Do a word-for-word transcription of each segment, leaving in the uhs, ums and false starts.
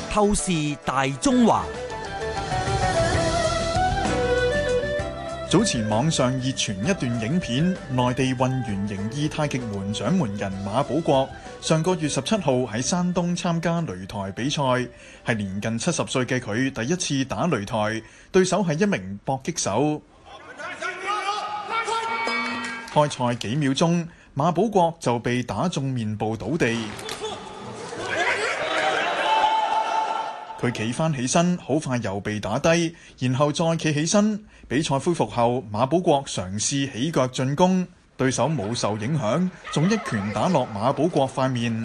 透視大中華。 早前網上熱傳一段影片，內地混元形意太極門掌門人馬保國上個月十七號喺山東參加擂台比賽，係年近七十歲嘅佢第一次打擂台，對手係一名搏擊手。開賽幾秒鐘，馬保國就被打中面部倒地。佢企返起身，好快又被打低，然後再企起身。比賽恢復後，馬保國嘗試起腳進攻，對手冇受影響，仲一拳打落馬保國塊面。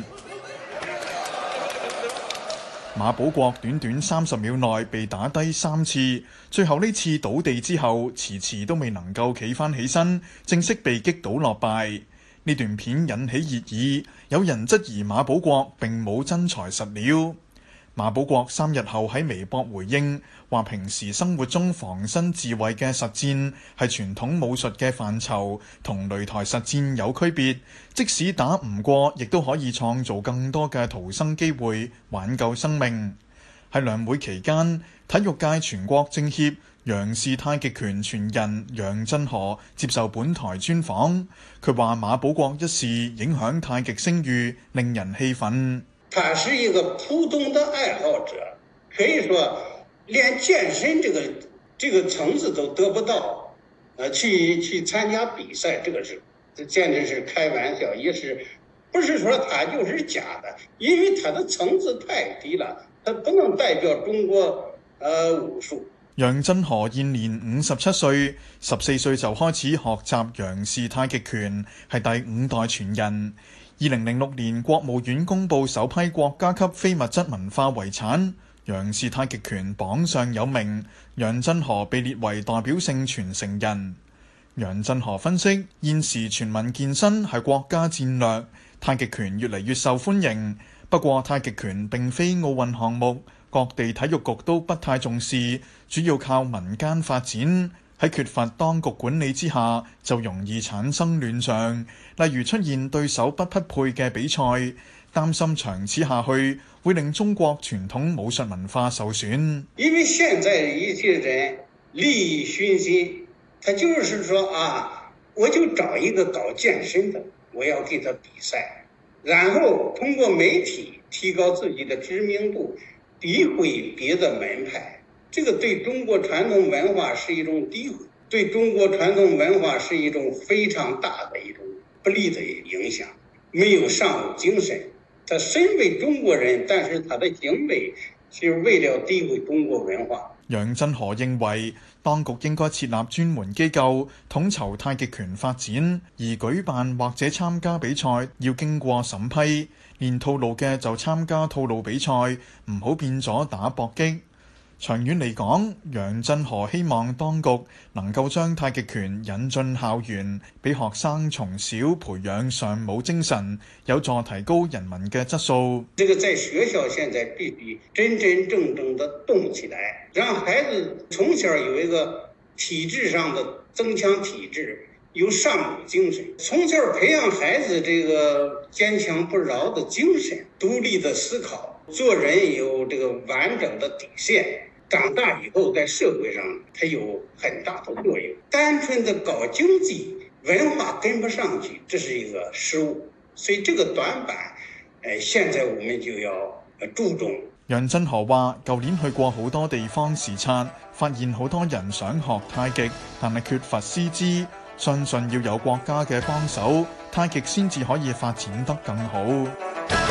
馬保國短短三十秒內被打低三次，最後呢次倒地之後，遲遲都未能夠企返起身，正式被擊倒落敗。呢段片引起熱議，有人質疑馬保國並冇真材實料。馬保國三日後喺微博回應，話平時生活中防身自衛嘅實戰係傳統武術嘅範疇，同擂台實戰有區別。即使打唔過，亦都可以創造更多嘅逃生機會，挽救生命。喺兩會期間，體育界全國政協楊氏太極拳傳人楊振河接受本台專訪，佢話馬保國一事影響太極聲譽，令人氣憤。 他是一個普通的愛好者，可以說連健身這個這個層次都得不到，呃，去去參加比賽，這個是這簡直是開玩笑，也是不是說他就是假的，因為他的層次太低了，他不能代表中國呃武術。 楊振河現年五十七歲，十四歲就開始學習楊氏太極拳，係第五代傳人。二零零六年，國務院公布首批國家級非物質文化遺產，楊氏太極拳榜上有名，楊振河被列為代表性傳承人。楊振河分析，現時全民健身係國家戰略，太極拳越嚟越受歡迎。不過太極拳並非奧運項目，各地體育局都不太重視，主要靠民間發展。喺缺乏當局管理之下，就容易產生亂象，例如出現對手不匹配嘅比賽，擔心長此下去會令中國傳統武術文化受損。 因為現在一些人利益熏心，他就是說啊，我就找一個搞健身的，我要給他比賽，然後通過媒體提高自己的知名度，詆毀別的門派。這個對中國傳統文化是一種詆毀，對中國傳統文化是一種非常大的一種不利的影響。沒有尚武精神，他身為中國人，但是他的行為是為了詆毀中國文化。 楊振河認為，當局應該設立專門機構統籌太極拳發展，而舉辦或者參加比賽要經過審批，練套路嘅就參加套路比賽，唔好變咗打搏擊。長遠嚟講，楊振河希望當局能夠將太極拳引進校園，俾學生從小培養尚武精神，有助提高人民嘅質素。 這個在學校現在必須真真正正的動起來，讓孩子從小有一個體質上的增強體質，有尚武精神，從小培養孩子這個堅強不撓的精神，獨立的思考，做人有這個完整的底線。長大以後在社會上它有很大的作用。單純的搞經濟，文化跟不上去，這是一個失誤。所以這個短板，誒，現在我們就要注重。 楊振河話，舊年去過好多地方視察，發現好多人想學太極，但係缺乏師資，相信要有國家嘅幫手，太極先至可以發展得更好。